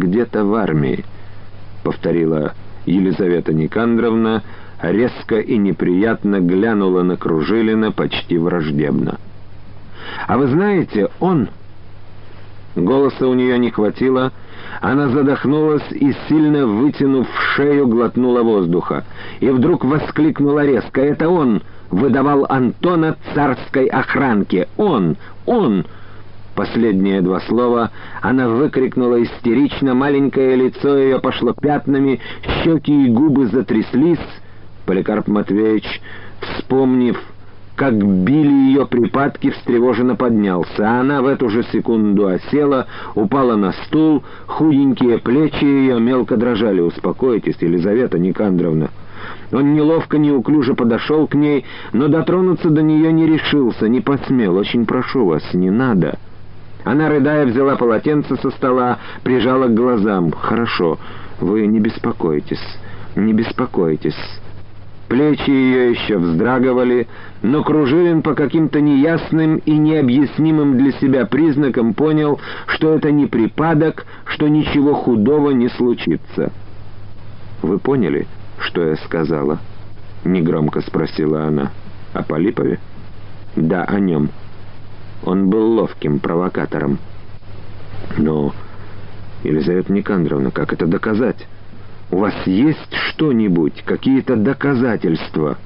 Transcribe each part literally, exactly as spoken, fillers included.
где-то в армии», — повторила Елизавета Никандровна, резко и неприятно глянула на Кружилина почти враждебно. «А вы знаете, он...» Голоса у нее не хватило, она задохнулась и, сильно вытянув шею, глотнула воздуха. И вдруг воскликнула резко: «Это он выдавал Антона царской охранке! Он! Он!» Последние два слова она выкрикнула истерично, маленькое лицо ее пошло пятнами, щеки и губы затряслись. Поликарп Матвеевич, вспомнив, как били ее припадки, встревоженно поднялся, а она в эту же секунду осела, упала на стул, худенькие плечи ее мелко дрожали. «Успокойтесь, Елизавета Никандровна». Он неловко, неуклюже подошел к ней, но дотронуться до нее не решился, не посмел. «Очень прошу вас, не надо». Она, рыдая, взяла полотенце со стола, прижала к глазам. «Хорошо, вы не беспокойтесь, не беспокойтесь». Плечи ее еще вздрагивали, но Кружилин по каким-то неясным и необъяснимым для себя признакам понял, что это не припадок, что ничего худого не случится. «Вы поняли, что я сказала?» — негромко спросила она. «О Полипове?» «Да, о нем. Он был ловким провокатором». «Но, Елизавета Никандровна, как это доказать? У вас есть что-нибудь, какие-то доказательства?»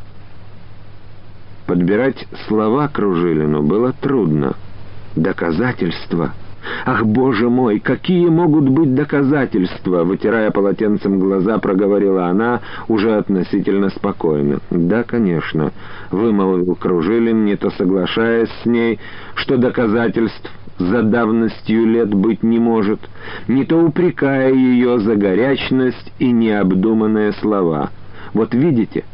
Подбирать слова Кружилину было трудно. «Доказательства? Ах, боже мой, какие могут быть доказательства?» Вытирая полотенцем глаза, проговорила она уже относительно спокойно. «Да, конечно», — вымолвил Кружилин, не то соглашаясь с ней, что доказательств за давностью лет быть не может, не то упрекая ее за горячность и необдуманные слова. «Вот видите?»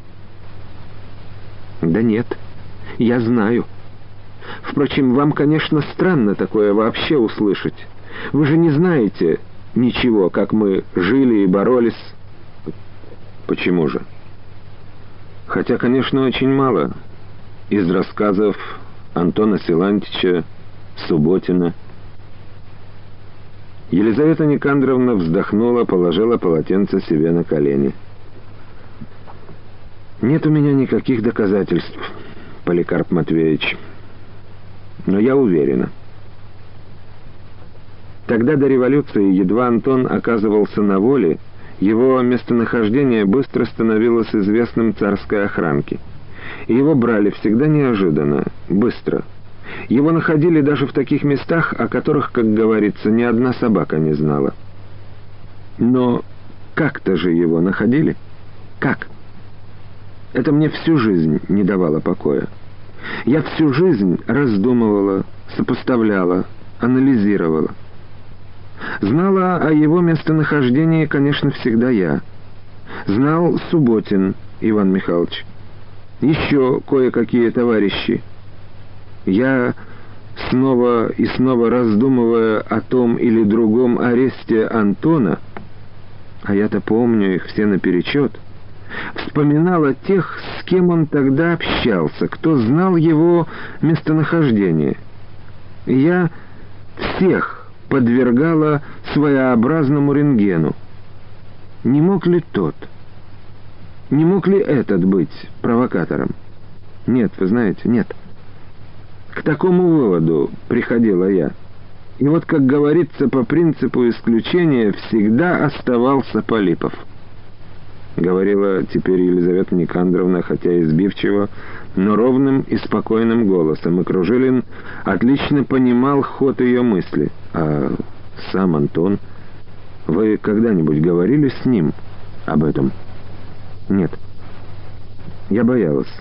«Да нет, я знаю. Впрочем, вам, конечно, странно такое вообще услышать. Вы же не знаете ничего, как мы жили и боролись». «Почему же?» «Хотя, конечно, очень мало. Из рассказов Антона Силантьича, Субботина». Елизавета Никандровна вздохнула, положила полотенце себе на колени. «Нет у меня никаких доказательств, Поликарп Матвеевич, но я уверена. Тогда до революции, едва Антон оказывался на воле, его местонахождение быстро становилось известным царской охранке. И его брали всегда неожиданно, быстро. Его находили даже в таких местах, о которых, как говорится, ни одна собака не знала. Но как-то же его находили? Как? Это мне всю жизнь не давало покоя. Я всю жизнь раздумывала, сопоставляла, анализировала. Знала о его местонахождении, конечно, всегда я. Знал Субботин Иван Михайлович. Еще кое-какие товарищи. Я, снова и снова раздумывая о том или другом аресте Антона, а я-то помню их все наперечет, вспоминала тех, с кем он тогда общался, кто знал его местонахождение. И я всех подвергала своеобразному рентгену. Не мог ли тот, не мог ли этот быть провокатором? Нет, вы знаете, нет. К такому выводу приходила я. И вот, как говорится, по принципу исключения всегда оставался Полипов. Говорила теперь Елизавета Никандровна, хотя и сбивчиво, но ровным и спокойным голосом, и Кружилин отлично понимал ход ее мысли. «А сам Антон? Вы когда-нибудь говорили с ним об этом?» «Нет. Я боялась».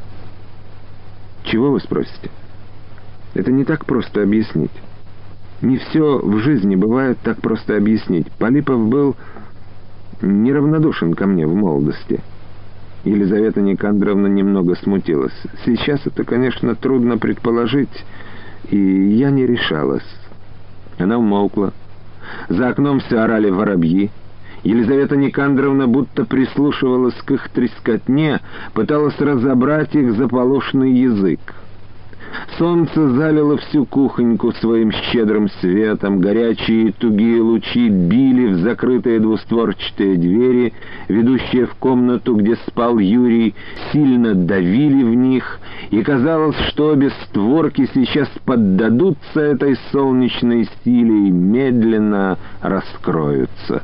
«Чего вы спросите? Это не так просто объяснить. Не все в жизни бывает так просто объяснить. Полипов был неравнодушен ко мне в молодости». Елизавета Никандровна немного смутилась. «Сейчас это, конечно, трудно предположить, и я не решалась». Она умолкла. За окном все орали воробьи. Елизавета Никандровна будто прислушивалась к их трескотне, пыталась разобрать их заполошный язык. Солнце залило всю кухоньку своим щедрым светом, горячие тугие лучи били в закрытые двустворчатые двери, ведущие в комнату, где спал Юрий, сильно давили в них, и казалось, что обе створки сейчас поддадутся этой солнечной силе и медленно раскроются.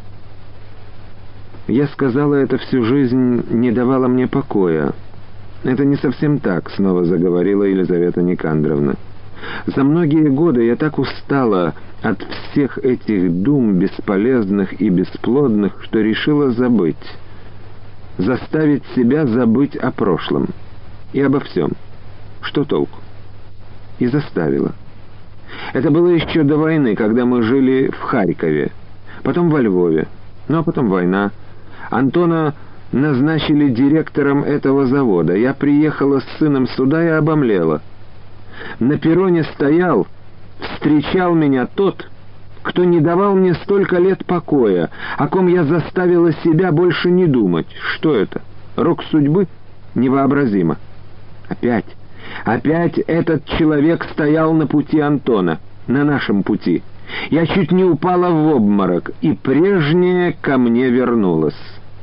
Я сказала, это всю жизнь не давала мне покоя. «Это не совсем так», — снова заговорила Елизавета Никандровна. «За многие годы я так устала от всех этих дум бесполезных и бесплодных, что решила забыть. Заставить себя забыть о прошлом. И обо всем. Что толку?» И заставила. Это было еще до войны, когда мы жили в Харькове, потом во Львове, ну а потом война. Антона назначили директором этого завода. Я приехала с сыном сюда и обомлела. На перроне стоял, встречал меня тот, кто не давал мне столько лет покоя, о ком я заставила себя больше не думать. Что это? Рок судьбы? Невообразимо. Опять, опять этот человек стоял на пути Антона, на нашем пути. Я чуть не упала в обморок, и прежнее ко мне вернулось.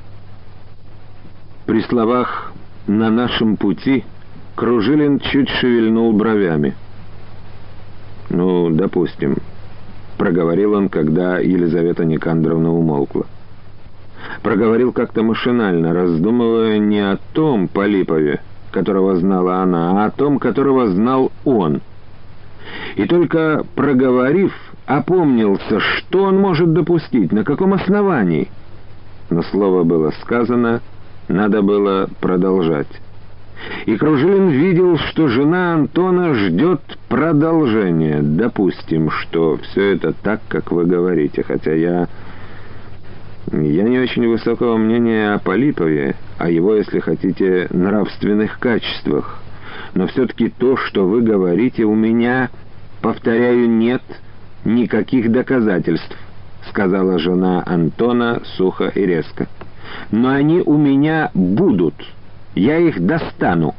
При словах «на нашем пути» Кружилин чуть шевельнул бровями. «Ну, допустим», — проговорил он, когда Елизавета Никандровна умолкла. Проговорил как-то машинально, раздумывая не о том Полипове, которого знала она, а о том, которого знал он. И только проговорив, опомнился, что он может допустить, на каком основании. Но слово было сказано, надо было продолжать. И Кружилин видел, что жена Антона ждет продолжения. Допустим, что все это так, как вы говорите, хотя я... Я не очень высокого мнения о Полипове, о его, если хотите, нравственных качествах. Но все-таки то, что вы говорите, у меня, повторяю, нет никаких доказательств, сказала жена Антона сухо и резко. Но они у меня будут. Я их достану.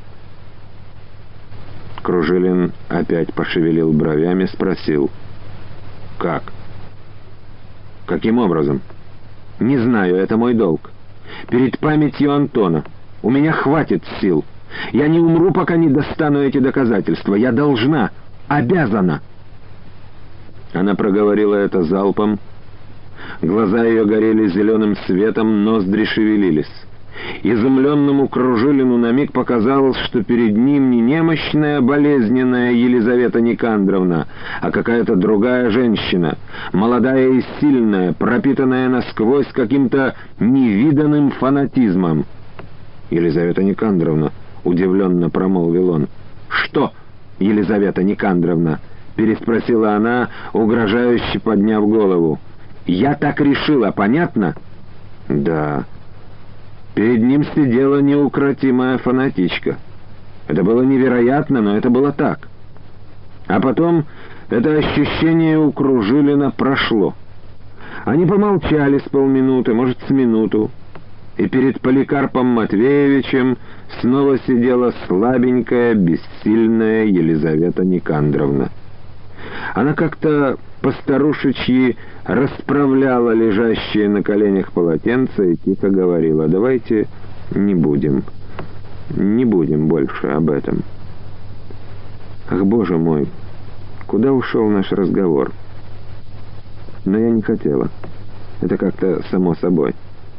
Кружилин опять пошевелил бровями, спросил: «Как? Каким образом?» «Не знаю, это мой долг. Перед памятью Антона. У меня хватит сил. Я не умру, пока не достану эти доказательства. Я должна, обязана». Она проговорила это залпом. Глаза ее горели зеленым светом, ноздри шевелились. Изумленному Кружилину на миг показалось, что перед ним не немощная, болезненная Елизавета Никандровна, а какая-то другая женщина, молодая и сильная, пропитанная насквозь каким-то невиданным фанатизмом. «Елизавета Никандровна», — удивленно промолвил он. «Что, Елизавета Никандровна?» — переспросила она, угрожающе подняв голову. «Я так решила, понятно?» «Да». Перед ним сидела неукротимая фанатичка. Это было невероятно, но это было так. А потом это ощущение у Кружилина прошло. Они помолчали с полминуты, может, с минуту. И перед Поликарпом Матвеевичем снова сидела слабенькая, бессильная Елизавета Никандровна. Она как-то по-старушечьи расправляла лежащие на коленях полотенца и тихо говорила: «Давайте не будем, не будем больше об этом». Ах, Боже мой, куда ушел наш разговор? Но я не хотела. Это как-то само собой.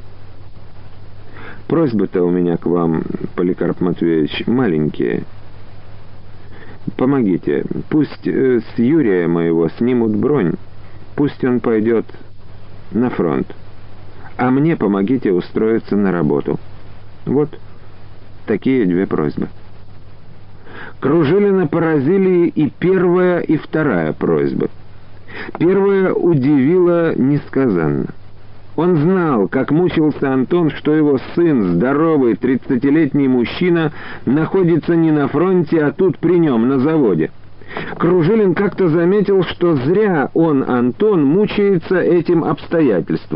Просьбы-то у меня к вам, Поликарп Матвеевич, маленькие. Помогите. Пусть э, с Юрия моего снимут бронь. Пусть он пойдет на фронт. А мне помогите устроиться на работу. Вот такие две просьбы. Кружилина поразили и первая, и вторая просьбы. Первая удивила несказанно. Он знал, как мучился Антон, что его сын, здоровый тридцатилетний мужчина, находится не на фронте, а тут при нем, на заводе. Кружилин как-то заметил, что зря он, Антон, мучается этим обстоятельством.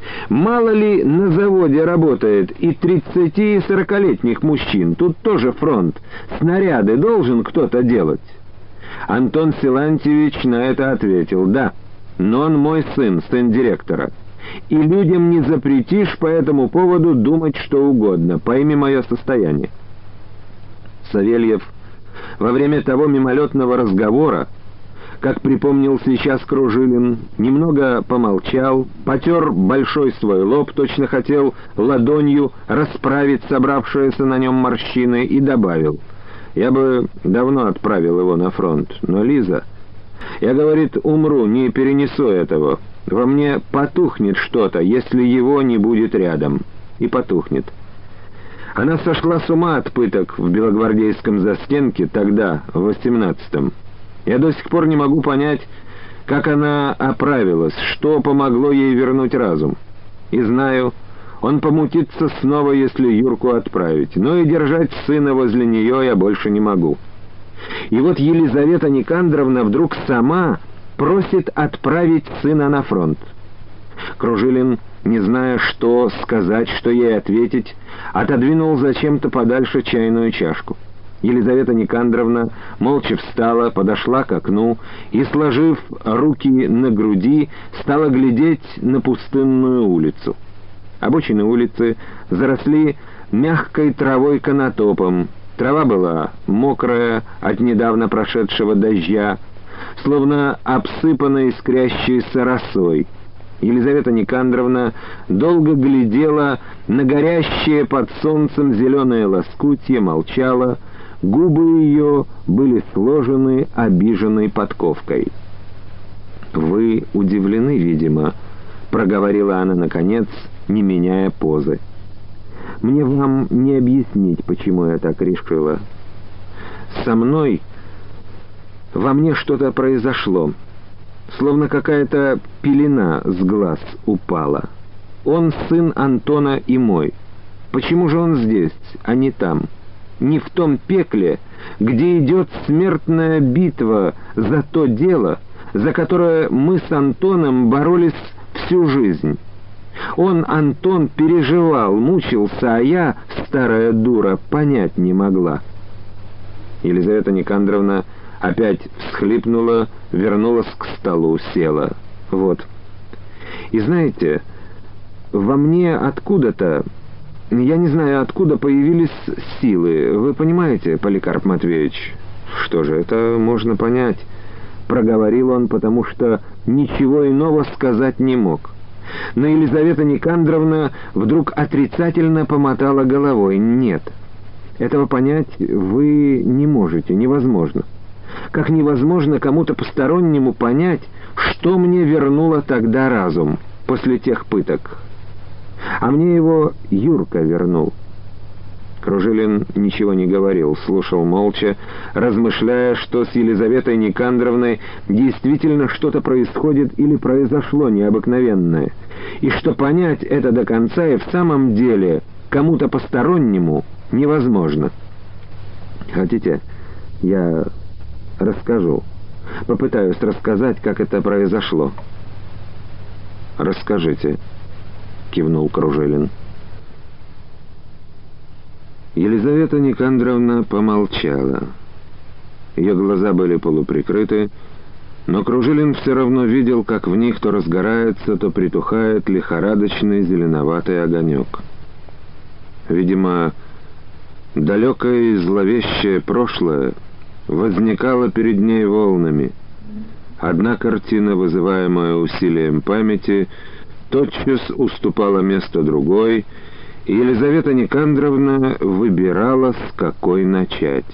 Мало ли на заводе работает и тридцати- и сорокалетних мужчин, тут тоже фронт, снаряды должен кто-то делать. Антон Силантьевич на это ответил: да, но он мой сын, сын директора, и людям не запретишь по этому поводу думать что угодно, пойми мое состояние. Савельев во время того мимолетного разговора, как припомнил сейчас Кружилин, немного помолчал, потер большой свой лоб, точно хотел ладонью расправить собравшиеся на нем морщины, и добавил: «Я бы давно отправил его на фронт, но Лиза... Я, говорит, умру, не перенесу этого. Во мне потухнет что-то, если его не будет рядом. И потухнет». Она сошла с ума от пыток в белогвардейском застенке тогда, в восемнадцатом. Я до сих пор не могу понять, как она оправилась, что помогло ей вернуть разум. И знаю, он помутится снова, если Юрку отправить, но и держать сына возле нее я больше не могу. И вот Елизавета Никандровна вдруг сама просит отправить сына на фронт. Кружилин, не зная, что сказать, что ей ответить, отодвинул зачем-то подальше чайную чашку. Елизавета Никандровна молча встала, подошла к окну и, сложив руки на груди, стала глядеть на пустынную улицу. Обочины улицы заросли мягкой травой-конотопом. Трава была мокрая от недавно прошедшего дождя, словно обсыпанная искрящейся росой. Елизавета Никандровна долго глядела на горящие под солнцем зеленые лоскутья, молчала. Губы ее были сложены обиженной подковкой. «Вы удивлены, видимо», — проговорила она наконец, не меняя позы. «Мне вам не объяснить, почему я так решила. Со мной во мне что-то произошло, словно какая-то пелена с глаз упала. Он сын Антона и мой. Почему же он здесь, а не там? Не в том пекле, где идет смертная битва за то дело, за которое мы с Антоном боролись всю жизнь. Он, Антон, переживал, мучился, а я, старая дура, понять не могла». Елизавета Никандровна опять всхлипнула, вернулась к столу, села. «Вот. И знаете, во мне откуда-то, я не знаю, откуда появились силы. Вы понимаете, Поликарп Матвеевич?» «Что же, это можно понять», — проговорил он, потому что ничего иного сказать не мог. Но Елизавета Никандровна вдруг отрицательно помотала головой. «Нет, этого понять вы не можете, невозможно. Как невозможно кому-то постороннему понять, что мне вернуло тогда разум после тех пыток. А мне его Юрка вернул». Кружилин ничего не говорил, слушал молча, размышляя, что с Елизаветой Никандровной действительно что-то происходит или произошло необыкновенное, и что понять это до конца и в самом деле кому-то постороннему невозможно. «Хотите, я расскажу, попытаюсь рассказать, как это произошло?» «Расскажите», — кивнул Кружилин. Елизавета Никандровна помолчала. Ее глаза были полуприкрыты, но Кружилин все равно видел, как в них то разгорается, то притухает лихорадочный зеленоватый огонек. Видимо, далекое и зловещее прошлое возникало перед ней волнами. Одна картина, вызываемая усилием памяти, тотчас уступала место другой, и Елизавета Никандровна выбирала, с какой начать.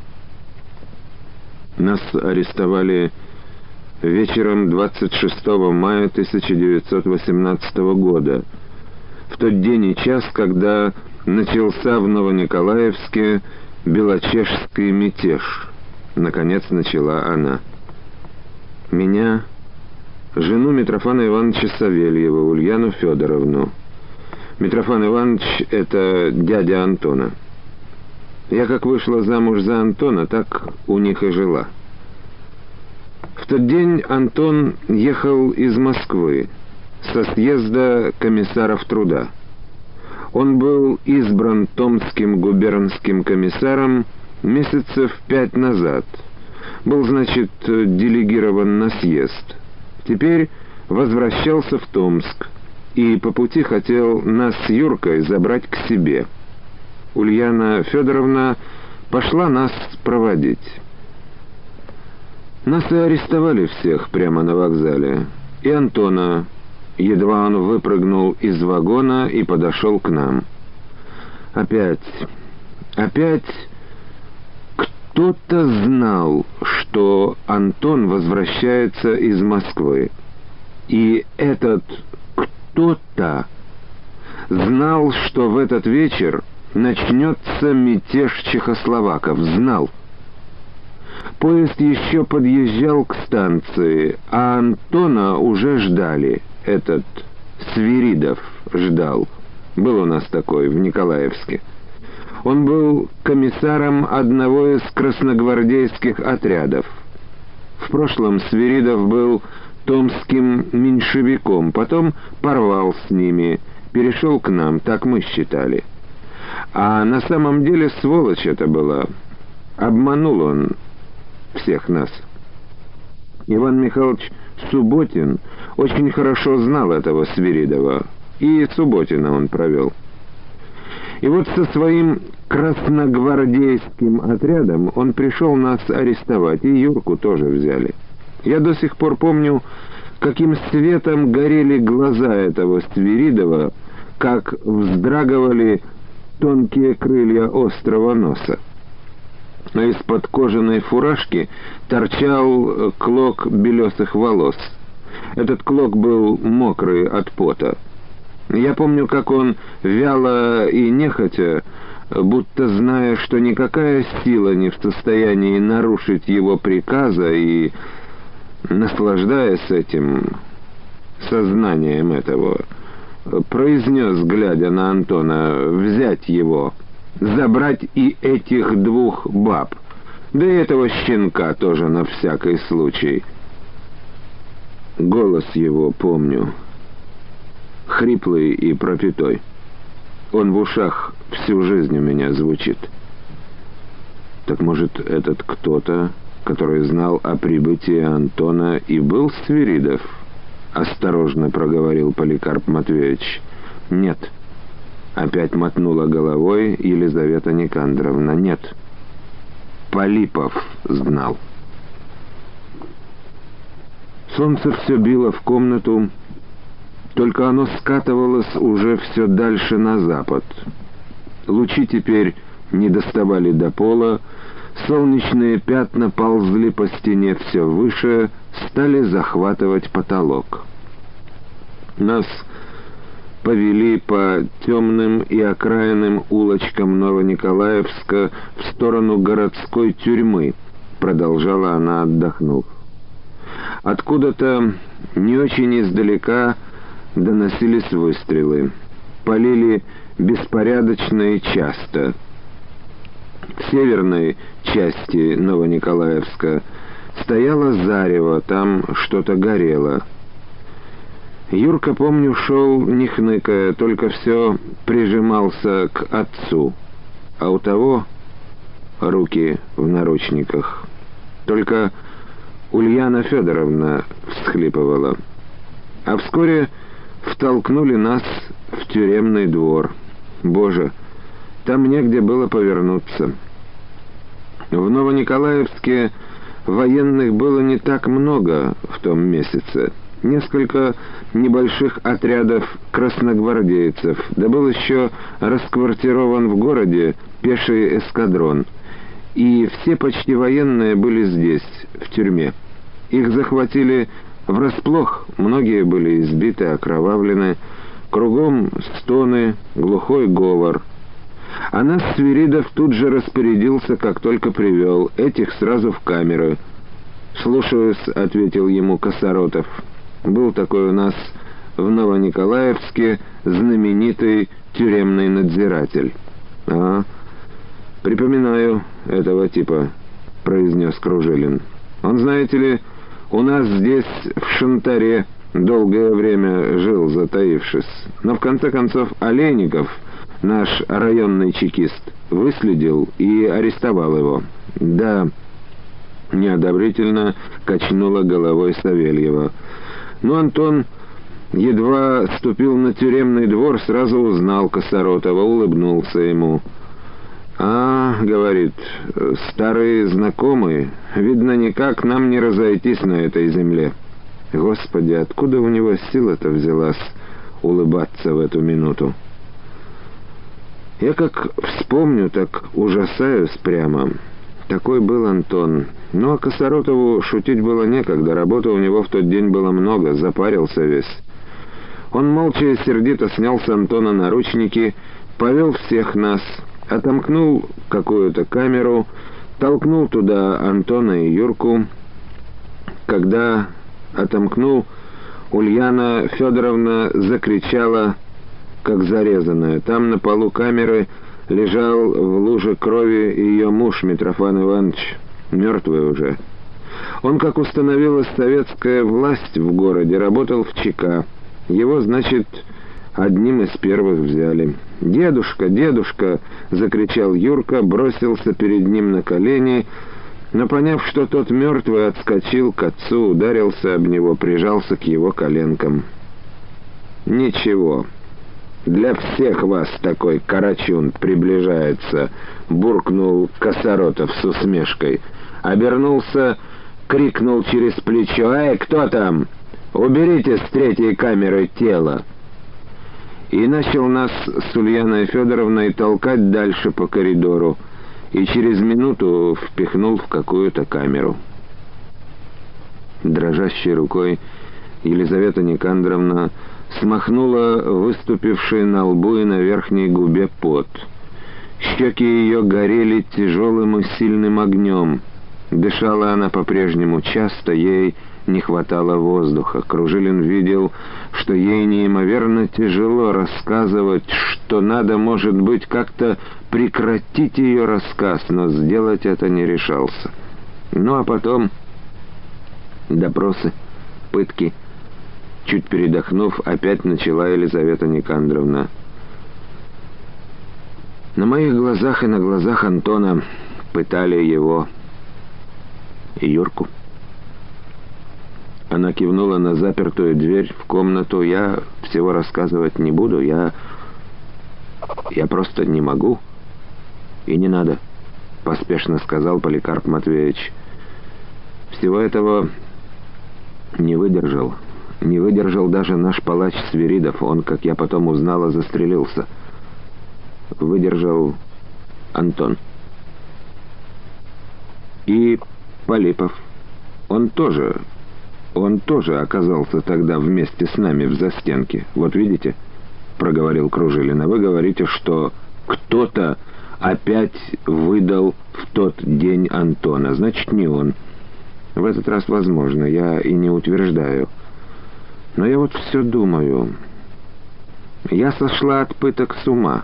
Нас арестовали вечером двадцать шестого мая тысяча девятьсот восемнадцатого года, в тот день и час, когда начался в Новониколаевске белочешский мятеж. Наконец начала она. Меня, жену Митрофана Ивановича Савельева, Ульяну Федоровну. Митрофан Иванович — это дядя Антона. Я как вышла замуж за Антона, так у них и жила. В тот день Антон ехал из Москвы. со съезда комиссаров труда. Он был избран томским губернским комиссаром месяцев пять назад. Был, значит, делегирован на съезд. Теперь возвращался в Томск и по пути хотел нас с Юркой забрать к себе. Ульяна Федоровна пошла нас проводить. Нас и арестовали всех прямо на вокзале. И Антона, едва он выпрыгнул из вагона и подошел к нам. Опять, опять кто-то знал, что Антон возвращается из Москвы. И этот кто-то знал, что в этот вечер начнется мятеж чехословаков. Знал. Поезд еще подъезжал к станции, а Антона уже ждали. Этот Свиридов ждал. Был у нас такой в Николаевске. Он был комиссаром одного из красногвардейских отрядов. В прошлом Свиридов был томским меньшевиком, потом порвал с ними, перешел к нам, так мы считали. А на самом деле сволочь это была. Обманул он всех нас. Иван Михайлович Субботин очень хорошо знал этого Свиридова, и Субботина он провел. И вот со своим красногвардейским отрядом он пришел нас арестовать, и Юрку тоже взяли. Я до сих пор помню, каким светом горели глаза этого Свиридова, как вздрагивали тонкие крылья острого носа. А из-под кожаной фуражки торчал клок белесых волос. Этот клок был мокрый от пота. Я помню, как он вяло и нехотя, будто зная, что никакая сила не в состоянии нарушить его приказа, и, наслаждаясь этим, сознанием этого, произнес, глядя на Антона, взять его, забрать и этих двух баб, да и этого щенка тоже на всякий случай. Голос его помню, хриплый и пропитой. Он в ушах всю жизнь у меня звучит. Так может, этот кто-то, который знал о прибытии Антона, и был Свиридов? Осторожно проговорил Поликарп Матвеевич. Нет. Опять мотнула головой Елизавета Никандровна. Нет. Полипов знал. Солнце все било в комнату, только оно скатывалось уже все дальше на запад. Лучи теперь не доставали до пола, солнечные пятна ползли по стене все выше, стали захватывать потолок. Нас повели по темным и окраинным улочкам Новониколаевска в сторону городской тюрьмы, продолжала она, отдохнув. Откуда-то не очень издалека доносились выстрелы. Полили беспорядочно и часто. В северной части Новониколаевска стояло зарево, там что-то горело. Юрка, помню, шел не хныкая, только все прижимался к отцу, а у того руки в наручниках. Только Ульяна Федоровна всхлипывала. А вскоре втолкнули нас в тюремный двор. Боже, там негде было повернуться. В Новониколаевске военных было не так много в том месяце. Несколько небольших отрядов красногвардейцев, да был еще расквартирован в городе пеший эскадрон. И все почти военные были здесь, в тюрьме. Их захватили врасплох, многие были избиты, окровавлены, кругом стоны, глухой говор. А нас Свиридов тут же распорядился, как только привел, этих сразу в камеры. «Слушаюсь», — ответил ему Косоротов. Был такой у нас в Новониколаевске знаменитый тюремный надзиратель. «А, припоминаю этого типа», — произнес Кружилин. «Он, знаете ли, у нас здесь в Шантаре долгое время жил затаившись. Но в конце концов Олейников, наш районный чекист, выследил и арестовал его. Да, неодобрительно качнула головой Савельева. Но Антон едва ступил на тюремный двор, сразу узнал Косоротова, улыбнулся ему. «А, — говорит, — старые знакомые, видно, никак нам не разойтись на этой земле». Господи, откуда у него сила-то взялась улыбаться в эту минуту? Я как вспомню, так ужасаюсь прямо. Такой был Антон. Ну, а Косоротову шутить было некогда, работы у него в тот день было много, запарился весь. Он молча и сердито снял с Антона наручники, повел всех нас, отомкнул какую-то камеру, толкнул туда Антона и Юрку. Когда отомкнул, Ульяна Федоровна закричала, как зарезанная. Там на полу камеры лежал в луже крови ее муж Митрофан Иванович, мертвый уже. Он, как установилась советская власть в городе, работал в ЧК. Его, значит, одним из первых взяли. «Дедушка, дедушка!» — закричал Юрка, бросился перед ним на колени, но, поняв, что тот мертвый, отскочил к отцу, ударился об него, прижался к его коленкам. «Ничего, для всех вас такой карачун приближается», — буркнул Косоротов с усмешкой. Обернулся, крикнул через плечо: «Эй, кто там? Уберите с третьей камеры тело!» И начал нас с Ульяной Федоровной толкать дальше по коридору, и через минуту впихнул в какую-то камеру. Дрожащей рукой Елизавета Никандровна смахнула выступивший на лбу и на верхней губе пот. Щеки ее горели тяжелым и сильным огнем. Дышала она по-прежнему часто, ей не хватало воздуха. Кружилин видел, что ей неимоверно тяжело рассказывать, что надо, может быть, как-то прекратить ее рассказ, но сделать это не решался. Ну а потом допросы, пытки. Чуть передохнув, опять начала Елизавета Никандровна. На моих глазах и на глазах Антона пытали его и Юрку. Она кивнула на запертую дверь в комнату. «Я всего рассказывать не буду. Я... я просто не могу. И не надо», — поспешно сказал Поликарп Матвеевич. «Всего этого не выдержал. Не выдержал даже наш палач Свиридов. Он, как я потом узнала, застрелился. Выдержал Антон. И Полипов. Он тоже... Он тоже оказался тогда вместе с нами в застенке. Вот видите, — проговорил Кружилин, — а вы говорите, что кто-то опять выдал в тот день Антона. Значит, не он. В этот раз возможно, я и не утверждаю. Но я вот все думаю. Я сошла от пыток с ума.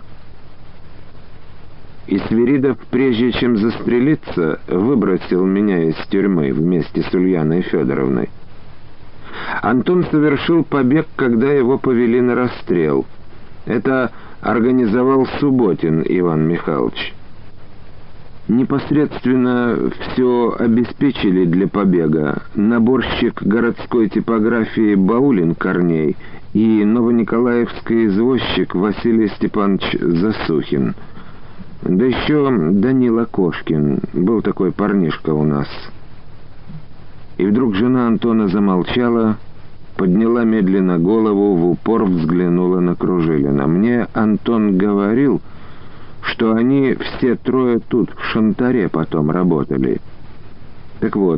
И Свиридов, прежде чем застрелиться, выбросил меня из тюрьмы вместе с Ульяной Федоровной. Антон совершил побег, когда его повели на расстрел. Это организовал Субботин Иван Михайлович. Непосредственно все обеспечили для побега наборщик городской типографии Баулин Корней и новониколаевский извозчик Василий Степанович Засухин. Да еще Данила Кошкин, был такой парнишка у нас. И вдруг жена Антона замолчала, подняла медленно голову, в упор взглянула на Кружилина. «Мне Антон говорил, что они все трое тут, в Шантаре, потом работали. Так вот,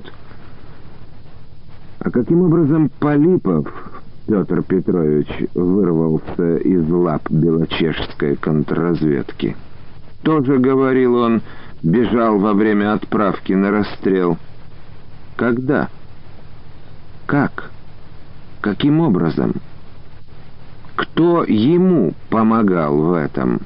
а каким образом Полипов Петр Петрович вырвался из лап белочешской контрразведки? Тоже, говорил он, бежал во время отправки на расстрел. Когда? Как? Каким образом? Кто ему помогал в этом?»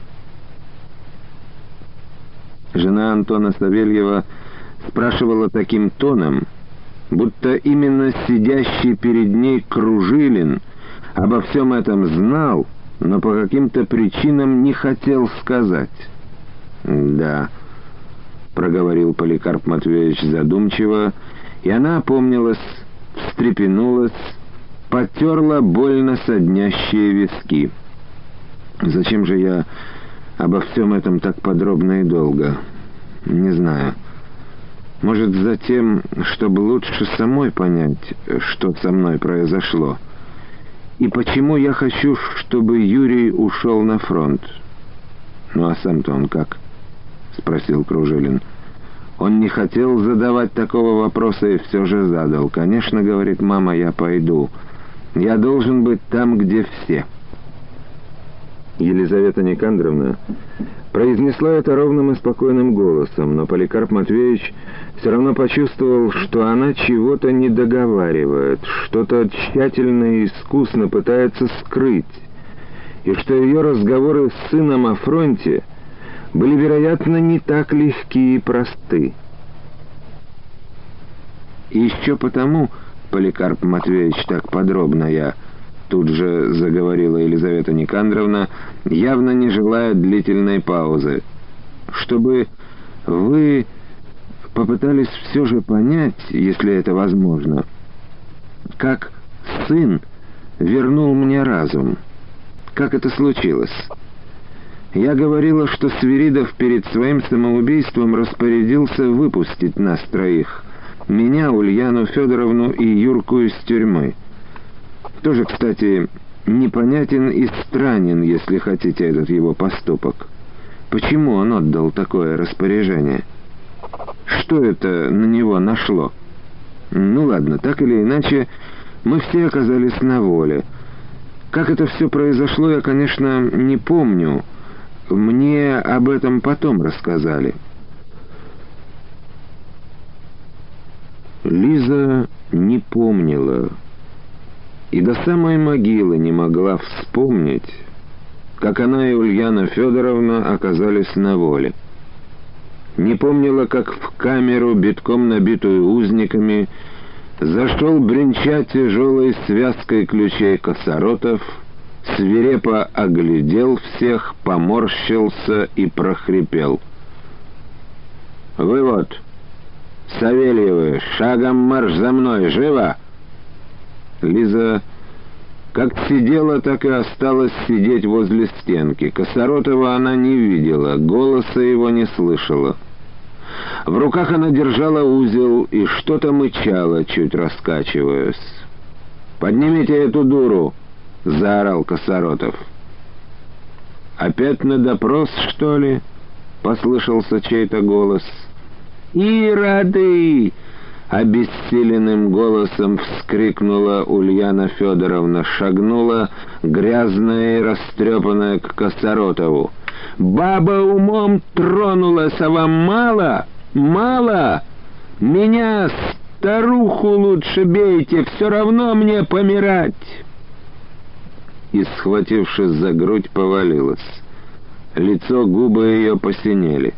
Жена Антона Савельева спрашивала таким тоном, будто именно сидящий перед ней Кружилин обо всем этом знал, но по каким-то причинам не хотел сказать. «Да», — проговорил Поликарп Матвеевич задумчиво, и она опомнилась, встрепенулась, потерла больно соднящие виски. «Зачем же я обо всем этом так подробно и долго? Не знаю. Может, затем, чтобы лучше самой понять, что со мной произошло, и почему я хочу, чтобы Юрий ушел на фронт». «Ну а сам-то он как?» — спросил Кружилин. Он не хотел задавать такого вопроса и все же задал. «Конечно, — говорит мама, — я пойду. Я должен быть там, где все». Елизавета Никандровна произнесла это ровным и спокойным голосом, но Поликарп Матвеевич все равно почувствовал, что она чего-то не договаривает, что-то тщательно и искусно пытается скрыть, и что ее разговоры с сыном о фронте были, вероятно, не так легки и просты. И еще потому, Поликарп Матвеевич, так подробно я... Тут же заговорила Елизавета Никандровна, явно не желая длительной паузы. «Чтобы вы попытались все же понять, если это возможно, как сын вернул мне разум. Как это случилось? Я говорила, что Свиридов перед своим самоубийством распорядился выпустить нас троих, меня, Ульяну Федоровну и Юрку из тюрьмы. Тоже, кстати, непонятен и странен, если хотите, этот его поступок. Почему он отдал такое распоряжение? Что это на него нашло? Ну ладно, так или иначе, мы все оказались на воле. Как это все произошло, я, конечно, не помню. Мне об этом потом рассказали». Лиза не помнила и до самой могилы не могла вспомнить, как она и Ульяна Федоровна оказались на воле. Не помнила, как в камеру, битком набитую узниками, зашел, бренча тяжелой связкой ключей Косоротов, свирепо оглядел всех, поморщился и прохрипел: «Вы вот, Савельевы, шагом марш за мной, живо!» Лиза как сидела, так и осталась сидеть возле стенки. Косоротова она не видела, голоса его не слышала. В руках она держала узел и что-то мычала, чуть раскачиваясь. «Поднимите эту дуру!» — заорал Косоротов. «Опять на допрос, что ли?» — послышался чей-то голос. «Ироды!» — обессиленным голосом вскрикнула Ульяна Федоровна, шагнула, грязная и растрепанная, к Косоротову. «Баба умом тронулась, а вам мало? Мало? Меня, старуху, лучше бейте, все равно мне помирать!» И, схватившись за грудь, повалилась. Лицо, губы ее посинели.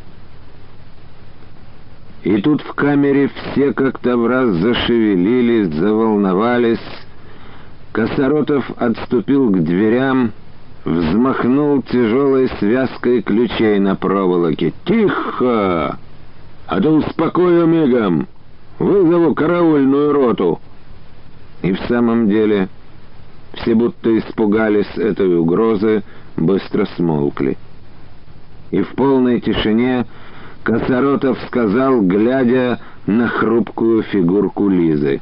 И тут в камере все как-то в раз зашевелились, заволновались. Косоротов отступил к дверям, взмахнул тяжелой связкой ключей на проволоке. «Тихо! А то успокою мигом! Вызову караульную роту!» И в самом деле все будто испугались этой угрозы, быстро смолкли. И в полной тишине Косоротов сказал, глядя на хрупкую фигурку Лизы: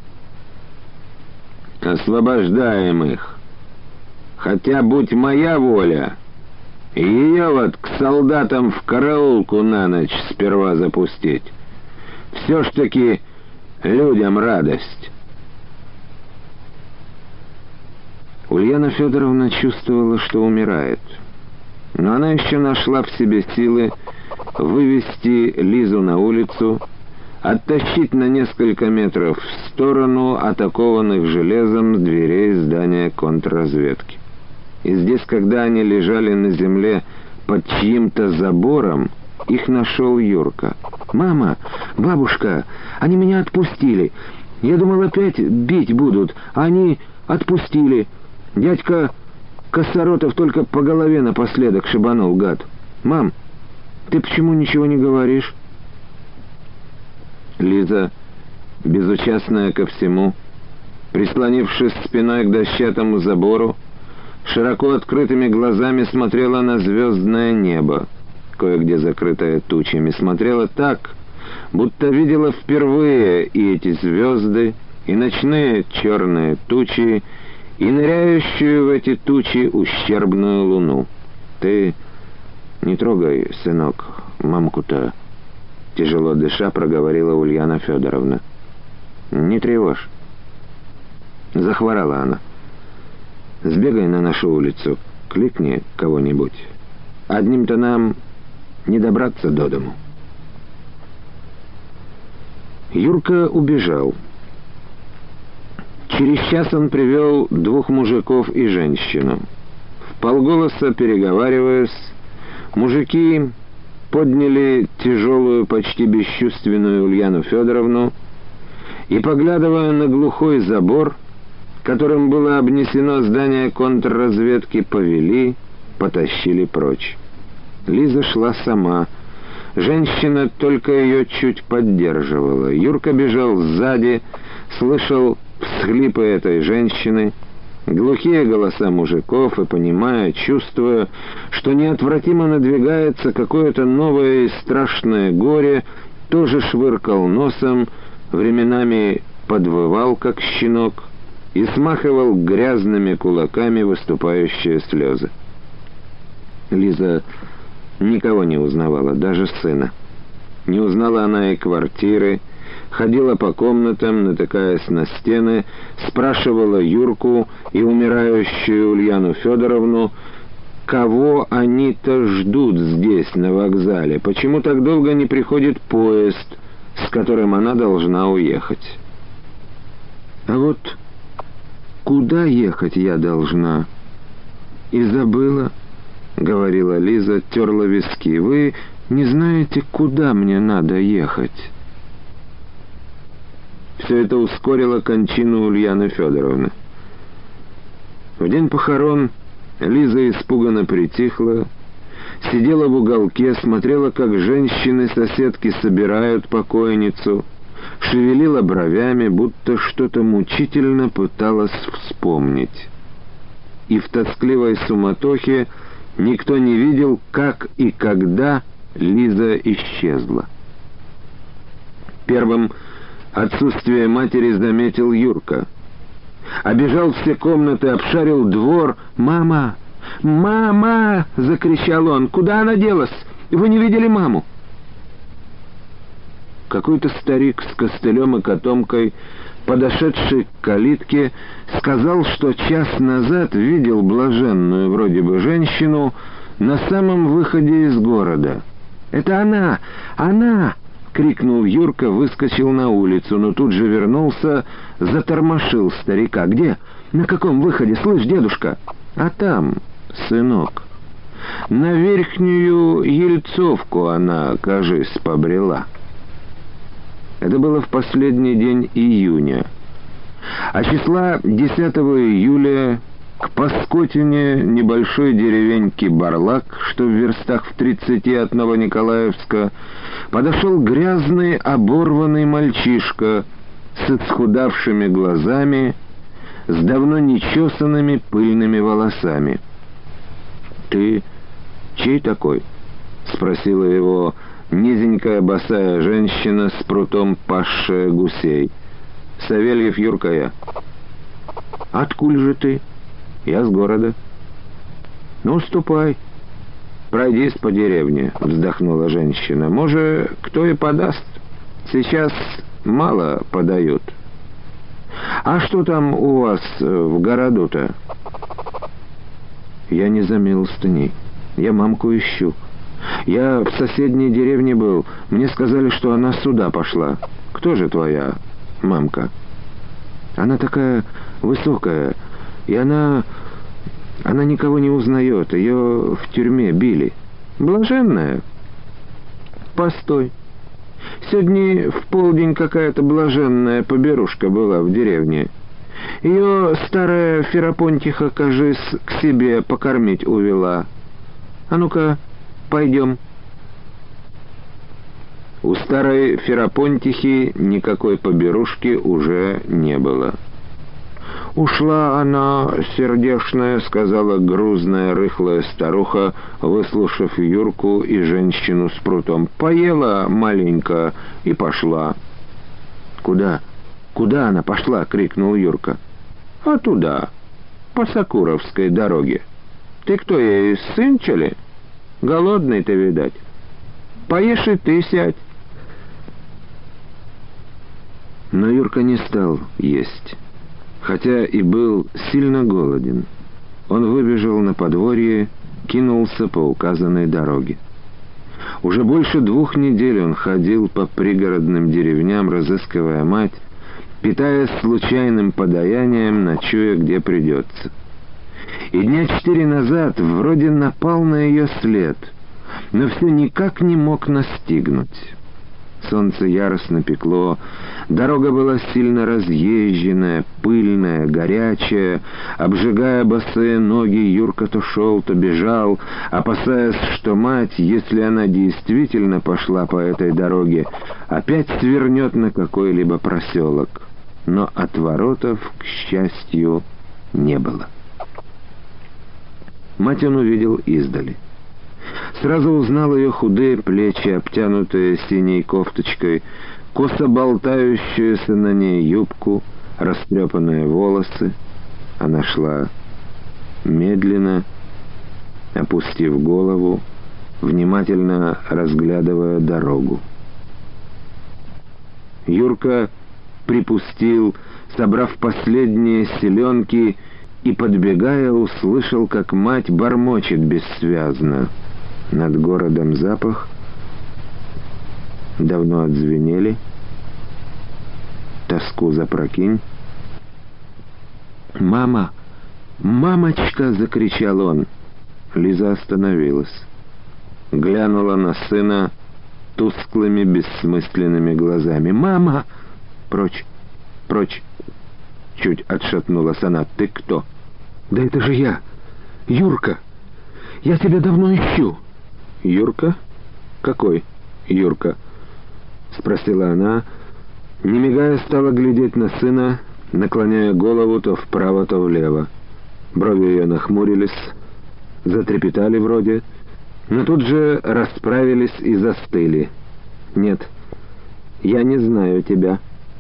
«Освобождаем их. Хотя, будь моя воля, ее вот к солдатам в караулку на ночь сперва запустить. Все ж таки людям радость». Ульяна Федоровна чувствовала, что умирает. Но она еще нашла в себе силы вывести Лизу на улицу, оттащить на несколько метров в сторону атакованных железом дверей здания контрразведки. И здесь, когда они лежали на земле под чьим-то забором, их нашел Юрка. «Мама, бабушка, они меня отпустили. Я думал, опять бить будут, а они отпустили. Дядька Косоротов только по голове напоследок шибанул, гад. Мам, ты почему ничего не говоришь?» Лиза, безучастная ко всему, прислонившись спиной к дощатому забору, широко открытыми глазами смотрела на звездное небо, кое-где закрытое тучами, смотрела так, будто видела впервые и эти звезды, и ночные черные тучи, и ныряющую в эти тучи ущербную луну. «Ты не трогай, сынок, мамку-то», — тяжело дыша проговорила Ульяна Федоровна. «Не тревожь. Захворала она. Сбегай на нашу улицу, кликни кого-нибудь. Одним-то нам не добраться до дому». Юрка убежал. Через час он привел двух мужиков и женщину. Вполголоса переговариваясь, мужики подняли тяжелую, почти бесчувственную Ульяну Федоровну и, поглядывая на глухой забор, которым было обнесено здание контрразведки, повели, потащили прочь. Лиза шла сама. Женщина только ее чуть поддерживала. Юрка бежал сзади, слышал всхлипы этой женщины, глухие голоса мужиков и, понимая, чувствуя, что неотвратимо надвигается какое-то новое и страшное горе, тоже швыркал носом, временами подвывал, как щенок, и смахивал грязными кулаками выступающие слезы. Лиза никого не узнавала, даже сына. Не узнала она и квартиры, ходила по комнатам, натыкаясь на стены, спрашивала Юрку и умирающую Ульяну Федоровну, кого они-то ждут здесь, на вокзале, почему так долго не приходит поезд, с которым она должна уехать. «А вот куда ехать я должна?» «И забыла», — говорила Лиза, терла виски. «Вы не знаете, куда мне надо ехать?» Все это ускорило кончину Ульяны Федоровны. В день похорон Лиза испуганно притихла, сидела в уголке, смотрела, как женщины-соседки собирают покойницу, шевелила бровями, будто что-то мучительно пыталась вспомнить. И в тоскливой суматохе никто не видел, как и когда Лиза исчезла. Первым отсутствие матери заметил Юрка. Обежал все комнаты, обшарил двор. «Мама! Мама!» — закричал он. «Куда она делась? Вы не видели маму?» Какой-то старик с костылем и котомкой, подошедший к калитке, сказал, что час назад видел блаженную вроде бы женщину на самом выходе из города. «Это она! Она!» — крикнул Юрка, выскочил на улицу, но тут же вернулся, затормошил старика. «Где? На каком выходе? Слышь, дедушка?» «А там, сынок, на верхнюю Ельцовку она, кажись, побрела». Это было в последний день июня. А числа десятого июля к Паскотине небольшой деревеньки Барлак, что в верстах в тридцати от Новониколаевска, подошел грязный оборванный мальчишка с исхудавшими глазами, с давно нечесанными пыльными волосами. «Ты чей такой?» — спросила его низенькая босая женщина с прутом, пасшая гусей. «Савельев Юрка я». «Откуль же ты?» «Я с города». «Ну, ступай, пройдись по деревне», — вздохнула женщина. «Может, кто и подаст. Сейчас мало подают». «А что там у вас в городу-то?» «Я не за милостыней. Я мамку ищу. Я в соседней деревне был. Мне сказали, что она сюда пошла. Кто же твоя мамка?» «Она такая высокая, и она... она никого не узнает. Ее в тюрьме били». «Блаженная?» «Постой. Сегодня в полдень какая-то блаженная поберушка была в деревне. Ее старая Ферапонтиха, кажись, к себе покормить увела. А ну-ка, пойдем». У старой Ферапонтихи никакой поберушки уже не было. «Ушла она, сердешная», — сказала грузная рыхлая старуха, выслушав Юрку и женщину с прутом. «Поела маленько и пошла». «Куда? Куда она пошла?» — крикнул Юрка. «А туда, по Сокуровской дороге. Ты кто ей, сын, че ли? Голодный ты, видать. Поешь и ты сядь». Но Юрка не стал есть, хотя и был сильно голоден. Он выбежал на подворье, кинулся по указанной дороге. Уже больше двух недель он ходил по пригородным деревням, разыскивая мать, питаясь случайным подаянием, ночуя где придется. И дня четыре назад вроде напал на ее след, но все никак не мог настигнуть. Солнце яростно пекло, дорога была сильно разъезженная, пыльная, горячая. Обжигая босые ноги, Юрка то шел, то бежал, опасаясь, что мать, если она действительно пошла по этой дороге, опять свернет на какой-либо проселок. Но отворотов, к счастью, не было. Мать он увидел издали. Сразу узнал ее худые плечи, обтянутые синей кофточкой, косо болтающуюся на ней юбку, растрепанные волосы. Она шла медленно, опустив голову, внимательно разглядывая дорогу. Юрка припустил, собрав последние селенки, и, подбегая, услышал, как мать бормочет бессвязно. Над городом запах, давно отзвенели, тоску запрокинь. «Мама! Мамочка!» — закричал он. Лиза остановилась, глянула на сына тусклыми, бессмысленными глазами. «Мама!» «Прочь! Прочь!» Чуть отшатнулась она. «Ты кто?» «Да это же я, Юрка! Я тебя давно ищу!» «Юрка? Какой Юрка?» — спросила она, не мигая, стала глядеть на сына, наклоняя голову то вправо, то влево. Брови ее нахмурились, затрепетали вроде, но тут же расправились и застыли. «Нет, я не знаю тебя».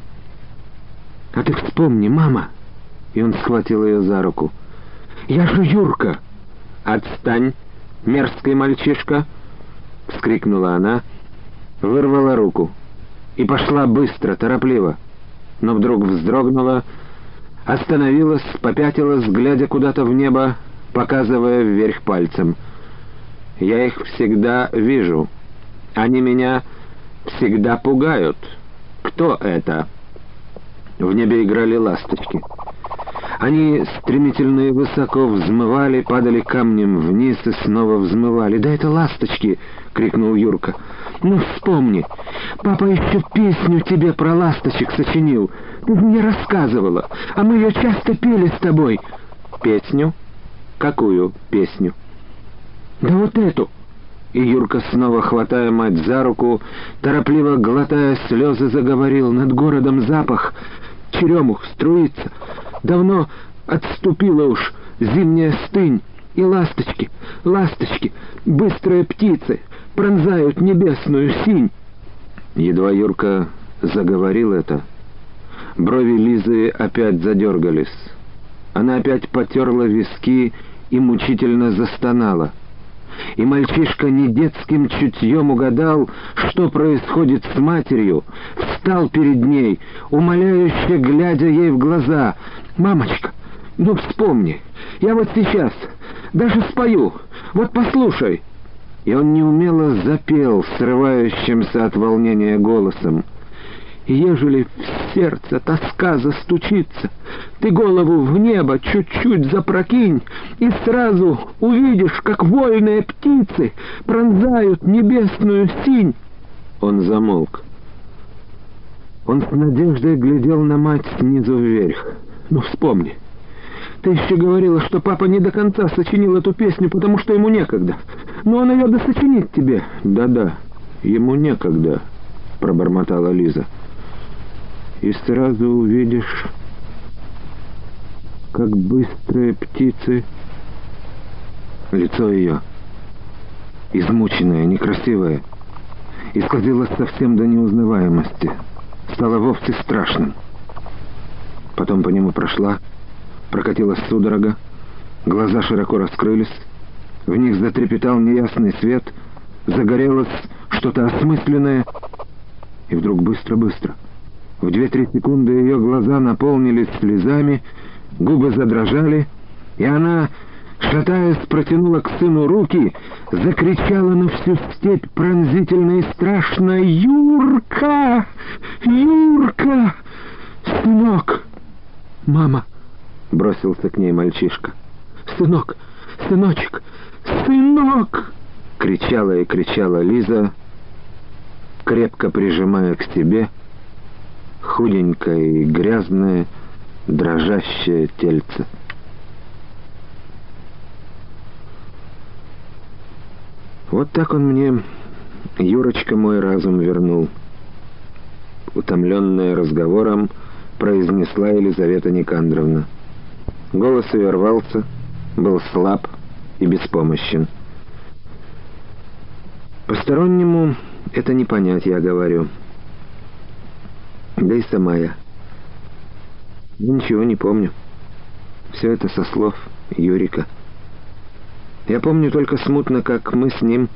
«А ты вспомни, мама!» И он схватил ее за руку. «Я же Юрка!» «Отстань, мерзкий мальчишка!» — вскрикнула она, вырвала руку и пошла быстро, торопливо, но вдруг вздрогнула, остановилась, попятилась, глядя куда-то в небо, показывая вверх пальцем. «Я их всегда вижу. Они меня всегда пугают. Кто это?» В небе играли ласточки. Они стремительно и высоко взмывали, падали камнем вниз и снова взмывали. «Да это ласточки!» — крикнул Юрка. «Ну вспомни, папа еще песню тебе про ласточек сочинил. Ты мне рассказывала, а мы ее часто пели с тобой». «Песню? Какую песню?» «Да вот эту». И Юрка, снова хватая мать за руку, торопливо глотая слезы, заговорил. «Над городом запах, черемух струится. Давно отступила уж зимняя стынь, и ласточки, ласточки, быстрые птицы пронзают небесную синь». Едва Юрка заговорил это, брови Лизы опять задергались. Она опять потерла виски и мучительно застонала. И мальчишка не детским чутьем угадал, что происходит с матерью, встал перед ней, умоляюще глядя ей в глаза. «Мамочка, ну вспомни, я вот сейчас даже спою, вот послушай». И он неумело запел, срывающимся от волнения голосом. «И ежели в сердце тоска застучится, ты голову в небо чуть-чуть запрокинь, и сразу увидишь, как вольные птицы пронзают небесную синь». Он замолк, Он с надеждой глядел на мать снизу вверх. «Ну, вспомни. Ты еще говорила, что папа не до конца сочинил эту песню, потому что ему некогда. Но он ее досочинит тебе». «Да-да, ему некогда», — пробормотала Лиза. «И сразу увидишь, как быстрые птицы...» Лицо ее, измученное, некрасивое, исказилось совсем до неузнаваемости, стало вовсе страшным. Потом по нему прошла, прокатилась судорога, глаза широко раскрылись, в них затрепетал неясный свет, загорелось что-то осмысленное, и вдруг быстро-быстро, в две-три секунды ее глаза наполнились слезами, губы задрожали, и она, шатаясь, протянула к сыну руки, закричала на всю степь пронзительно и страшно: «Юрка! Юрка! Сынок!» «Мама!» — бросился к ней мальчишка. «Сынок! Сыночек! Сынок!» — кричала и кричала Лиза, крепко прижимая к себе худенькое и грязное, дрожащее тельце. Вот так он мне, Юрочка, мой разум вернул. Утомленная разговором, произнесла Елизавета Никандровна. Голос ее рвался, был слаб и беспомощен. Постороннему это не понять, я говорю. Да и сама я. Я ничего не помню. Все это со слов Юрика. Я помню только смутно, как мы с ним,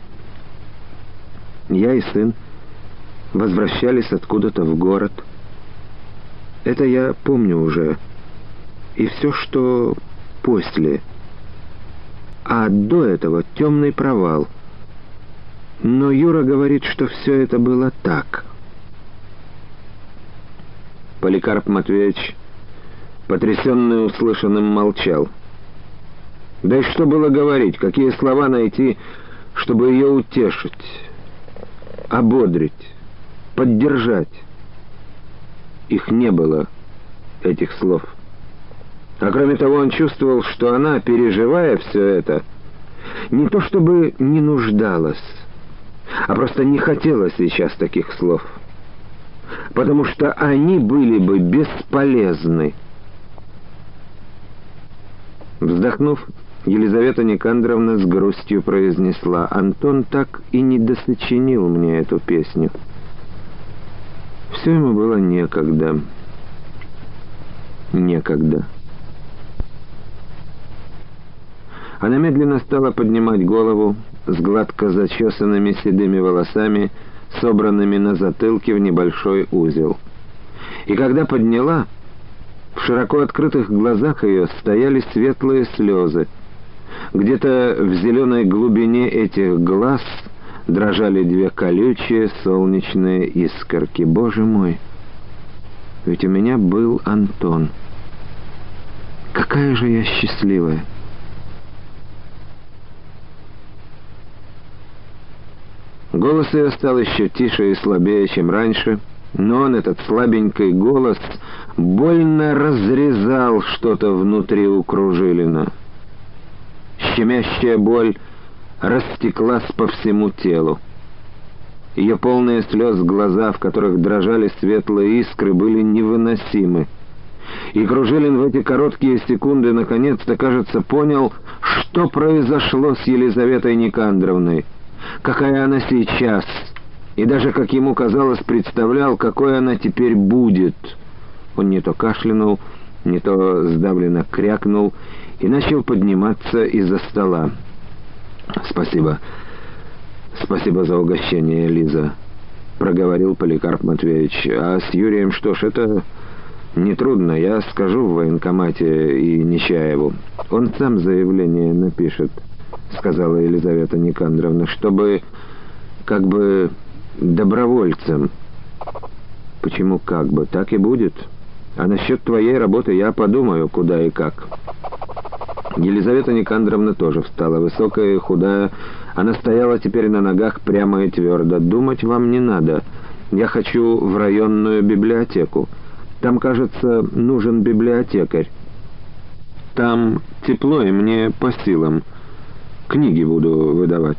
я и сын, возвращались откуда-то в город. Это я помню уже. И все, что после. А до этого темный провал. Но Юра говорит, что все это было так. Поликарп Матвеевич, потрясенный услышанным, молчал. Да и что было говорить, какие слова найти, чтобы ее утешить, ободрить, поддержать? Их не было, этих слов. А кроме того, он чувствовал, что она, переживая все это, не то чтобы не нуждалась, а просто не хотела сейчас таких слов, потому что они были бы бесполезны. Вздохнув, Елизавета Никандровна с грустью произнесла: «Антон так и не досочинил мне эту песню. Все ему было некогда. Некогда». Она медленно стала поднимать голову с гладко зачесанными седыми волосами, собранными на затылке в небольшой узел. И когда подняла, в широко открытых глазах ее стояли светлые слезы. Где-то в зеленой глубине этих глаз дрожали две колючие солнечные искорки. Боже мой! Ведь у меня был Антон. Какая же я счастливая! Голос ее стал еще тише и слабее, чем раньше, но он, этот слабенький голос, больно разрезал что-то внутри у Кружилина. Щемящая боль растеклась по всему телу. Ее полные слез глаза, в которых дрожали светлые искры, были невыносимы. И Кружилин в эти короткие секунды наконец-то, кажется, понял, что произошло с Елизаветой Никандровной, какая она сейчас, и даже, как ему казалось, представлял, какой она теперь будет. Он не то кашлянул, не то сдавленно крякнул и начал подниматься из-за стола. «Спасибо. Спасибо за угощение, Лиза», — проговорил Поликарп Матвеевич. «А с Юрием что ж, это нетрудно. Я скажу в военкомате и Нечаеву. Он сам заявление напишет», — сказала Елизавета Никандровна, — «чтобы как бы добровольцем». «Почему как бы? Так и будет. А насчет твоей работы я подумаю, куда и как». Елизавета Никандровна тоже встала, высокая и худая. Она стояла теперь на ногах прямо и твердо. «Думать вам не надо. Я хочу в районную библиотеку. Там, кажется, нужен библиотекарь. Там тепло, и мне по силам. Книги буду выдавать».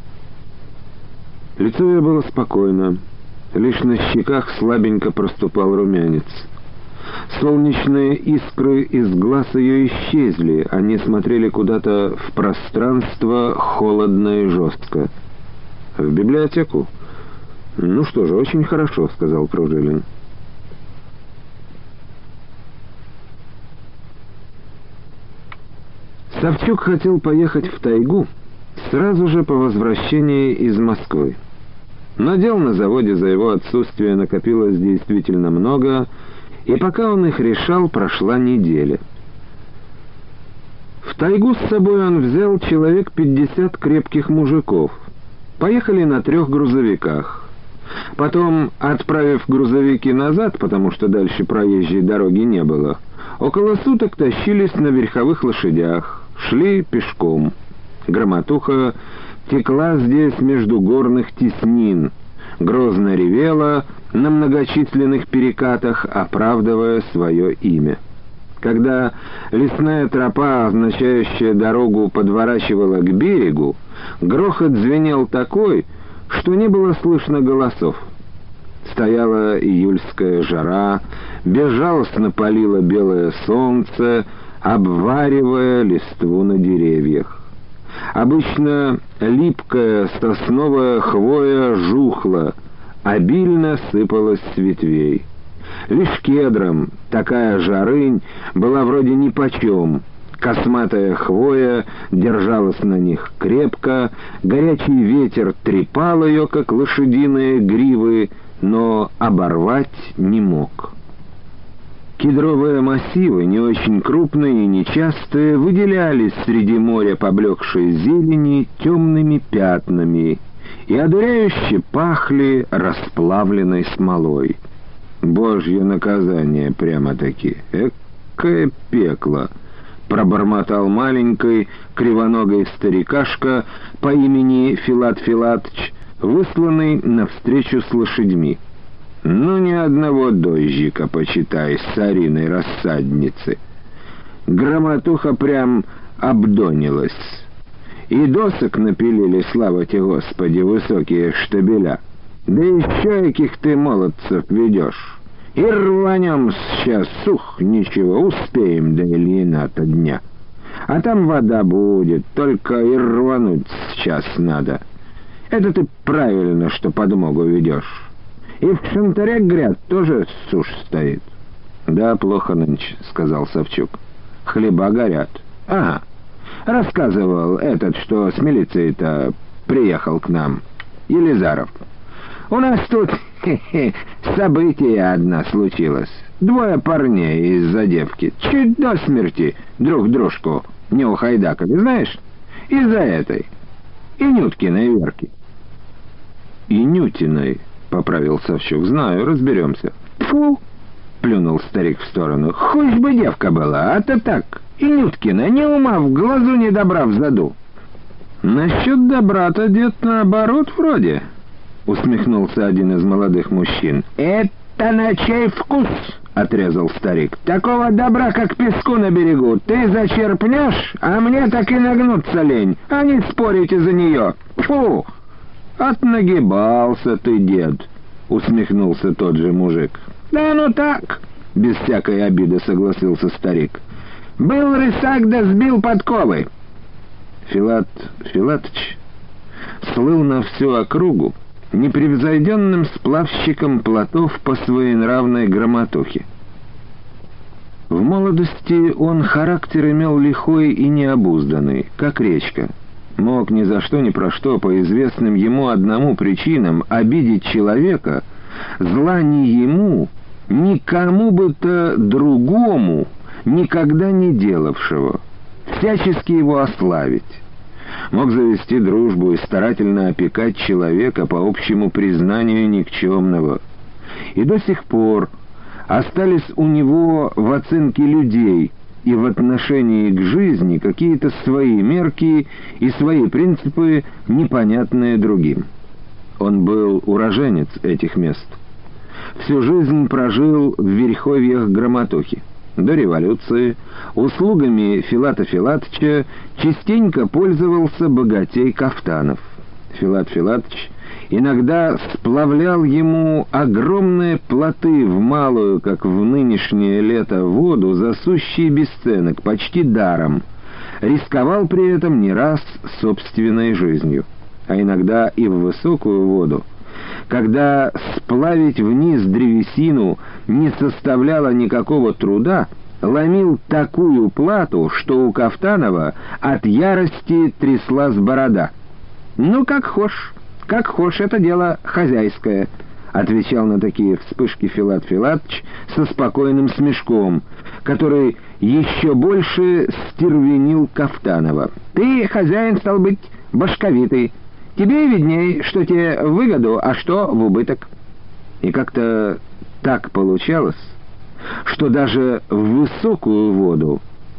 Лицо ее было спокойно. Лишь на щеках слабенько проступал румянец. Солнечные искры из глаз ее исчезли. Они смотрели куда-то в пространство холодно и жестко. «В библиотеку? Ну что же, очень хорошо», — сказал Кружилин. Савчук хотел поехать в тайгу сразу же по возвращении из Москвы. Но дел на заводе за его отсутствие накопилось действительно много, и пока он их решал, прошла неделя. В тайгу с собой он взял человек пятьдесят крепких мужиков. Поехали на трех грузовиках. Потом, отправив грузовики назад, потому что дальше проезжей дороги не было, около суток тащились на верховых лошадях, шли пешком. Громотуха текла здесь между горных теснин, грозно ревела на многочисленных перекатах, оправдывая свое имя. Когда лесная тропа, означающая дорогу, подворачивала к берегу, грохот звенел такой, что не было слышно голосов. Стояла июльская жара, безжалостно палило белое солнце, обваривая листву на деревьях. Обычно липкая сосновая хвоя жухла, обильно сыпалась с ветвей. Лишь кедром такая жарынь была вроде нипочем. Косматая хвоя держалась на них крепко, горячий ветер трепал ее, как лошадиные гривы, но оборвать не мог. Кедровые массивы, не очень крупные и нечастые, выделялись среди моря поблекшей зелени темными пятнами и одуряюще пахли расплавленной смолой. Божье наказание прямо-таки, экое пекло! Пробормотал маленький кривоногий старикашка по имени Филат Филатыч, высланный навстречу с лошадьми. Ну, ни одного дождика, почитай, с цариной рассадницы. Громотуха прям обдонилась. И досок напилили, слава тебе, Господи, высокие штабеля. Да еще каких ты молодцев ведешь. И рванем сейчас, сух, ничего, успеем до Ильина-то дня. А там вода будет, только и рвануть сейчас надо. Это ты правильно, что подмогу ведешь. И в шантаре, говорят, тоже сушь стоит. «Да, плохо нынче», — сказал Савчук. «Хлеба горят». «Ага, рассказывал этот, что с милицией-то приехал к нам, Елизаров. У нас тут хе-хе, событие одно случилось. Двое парней из-за девки чуть до смерти друг дружку не ухайдакали, знаешь? Из-за этой Инюткиной Верки». «Инютиной», — поправил Савчук. «Знаю, разберемся». «Тьфу!» — плюнул старик в сторону. «Хоть бы девка была, а то так, Инюткина, ни ума в глазу, ни добра в заду». «Насчет добра-то, дед, наоборот вроде», — усмехнулся один из молодых мужчин. «Это на чей вкус?» — отрезал старик. «Такого добра, как песку на берегу, ты зачерпнешь, а мне так и нагнуться лень, а не спорить из-за нее. Фу! Отнагибался ты, дед», — усмехнулся тот же мужик. «Да ну так», — без всякой обиды согласился старик. «Был рысак, да сбил подковы». Филат Филатыч слыл на всю округу непревзойденным сплавщиком плотов по своенравной громотухе. В молодости он характер имел лихой и необузданный, как речка. Мог ни за что ни про что по известным ему одному причинам обидеть человека, зла ни ему, никому бы то другому, никогда не делавшего, всячески его ославить. Мог завести дружбу и старательно опекать человека по общему признанию никчемного. И до сих пор остались у него в оценке людей и в отношении к жизни какие-то свои мерки и свои принципы, непонятные другим. Он был уроженец этих мест. Всю жизнь прожил в верховьях Громотухи. До революции услугами Филата Филатыча частенько пользовался богатей Кафтанов. Филат Филатыч иногда сплавлял ему огромные плоты в малую, как в нынешнее лето, воду за сущий бесценок, почти даром. Рисковал при этом не раз собственной жизнью, а иногда и в высокую воду, когда сплавить вниз древесину не составляло никакого труда, ломил такую плату, что у Кафтанова от ярости тряслась борода. «Ну, как хошь, как хошь, это дело хозяйское», — отвечал на такие вспышки Филат Филатыч со спокойным смешком, который еще больше стервенил Кафтанова. «Ты, хозяин, стал быть, башковитый. Тебе видней, что тебе в выгоду, а что в убыток». И как-то так получалось, что даже в высокую воду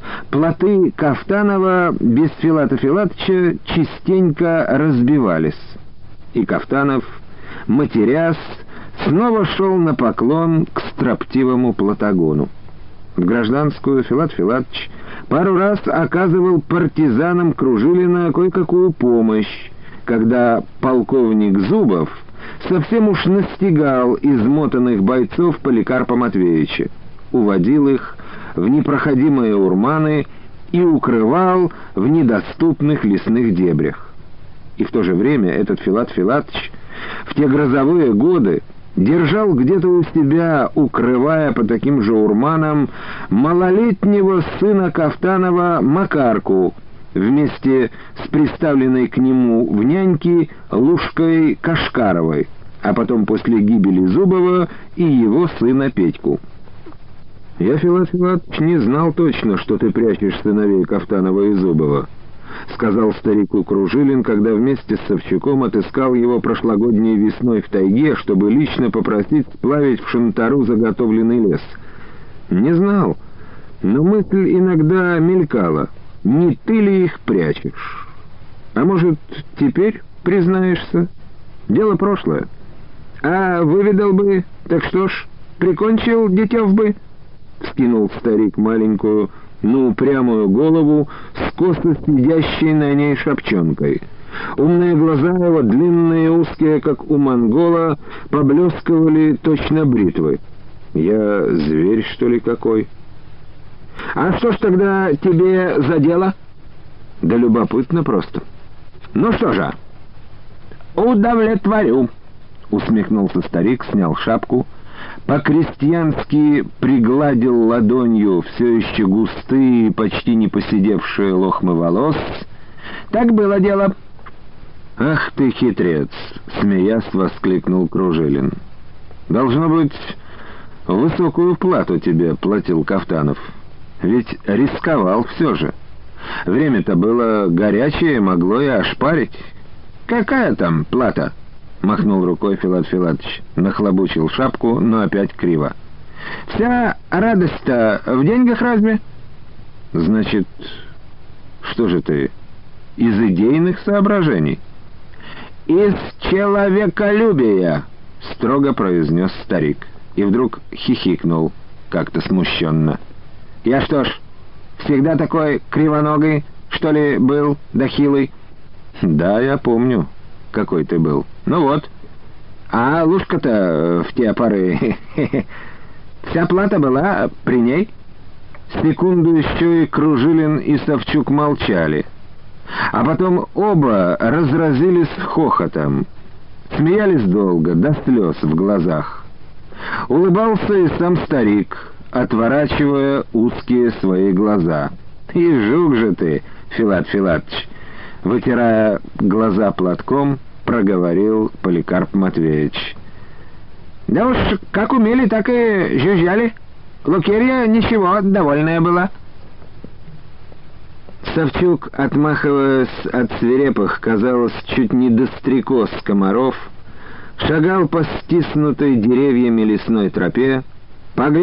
плоты Кафтанова без Филата Филатыча частенько разбивались, и Кафтанов, матерясь, снова шел на поклон к строптивому плотогону. В гражданскую Филат Филатыч пару раз оказывал партизанам Кружилина кое-какую помощь, когда полковник Зубов совсем уж настигал измотанных бойцов Поликарпа Матвеевича, уводил их в непроходимые урманы и укрывал в недоступных лесных дебрях. И в то же время этот Филат Филатыч в те грозовые годы держал где-то у себя, укрывая по таким же урманам, малолетнего сына Кафтанова Макарку вместе с приставленной к нему в няньки Лушкой Кашкаровой, а потом после гибели Зубова и его сына Петьку. «Я, Филат Филатыч, не знал точно, что ты прячешь сыновей Кафтанова и Зубова», — сказал старику Кружилин, когда вместе с Савчуком отыскал его прошлогодней весной в тайге, чтобы лично попросить сплавить в Шантару заготовленный лес. «Не знал, но мысль иногда мелькала. Не ты ли их прячешь? А может, теперь признаешься? Дело прошлое. А выведал бы, так что ж, прикончил детев бы?» — вскинул старик маленькую, но упрямую голову с косо сидящей на ней шапчонкой. Умные глаза его, длинные и узкие, как у монгола, поблескивали точно бритвы. «Я зверь, что ли, какой?» «А что ж тогда тебе за дело?» «Да любопытно просто». «Ну что же, удовлетворю», — усмехнулся старик, снял шапку, по-крестьянски пригладил ладонью все еще густые, почти не поседевшие лохмы волос. «Так было дело». «Ах ты хитрец!» — смеясь воскликнул Кружилин. «Должно быть, высокую плату тебе платил Кафтанов. Ведь рисковал все же. Время-то было горячее, могло и ошпарить». «Какая там плата?» — махнул рукой Филат Филатыч, нахлобучил шапку, но опять криво. «Вся радость-то в деньгах разве?» «Значит, что же ты, из идейных соображений?» «Из человеколюбия», — строго произнес старик, и вдруг хихикнул, как-то смущенно. «Я что ж, всегда такой кривоногий, что ли, был, да хилый?» «Да, я помню, какой ты был. Ну вот. А Лушка-то в те поры... Вся плата была при ней?» Секунду еще и Кружилин, и Савчук молчали. А потом оба разразились хохотом. Смеялись долго, до слез в глазах. Улыбался и сам старик, отворачивая узкие свои глаза. «И жук же ты, Филат Филатыч!» Вытирая глаза платком, проговорил Поликарп Матвеевич. «Да уж, как умели, так и жужжали. Лукерья ничего, довольная была». Савчук, отмахиваясь от свирепых, казалось, чуть не до стрекоз комаров, шагал по стиснутой деревьями лесной тропе,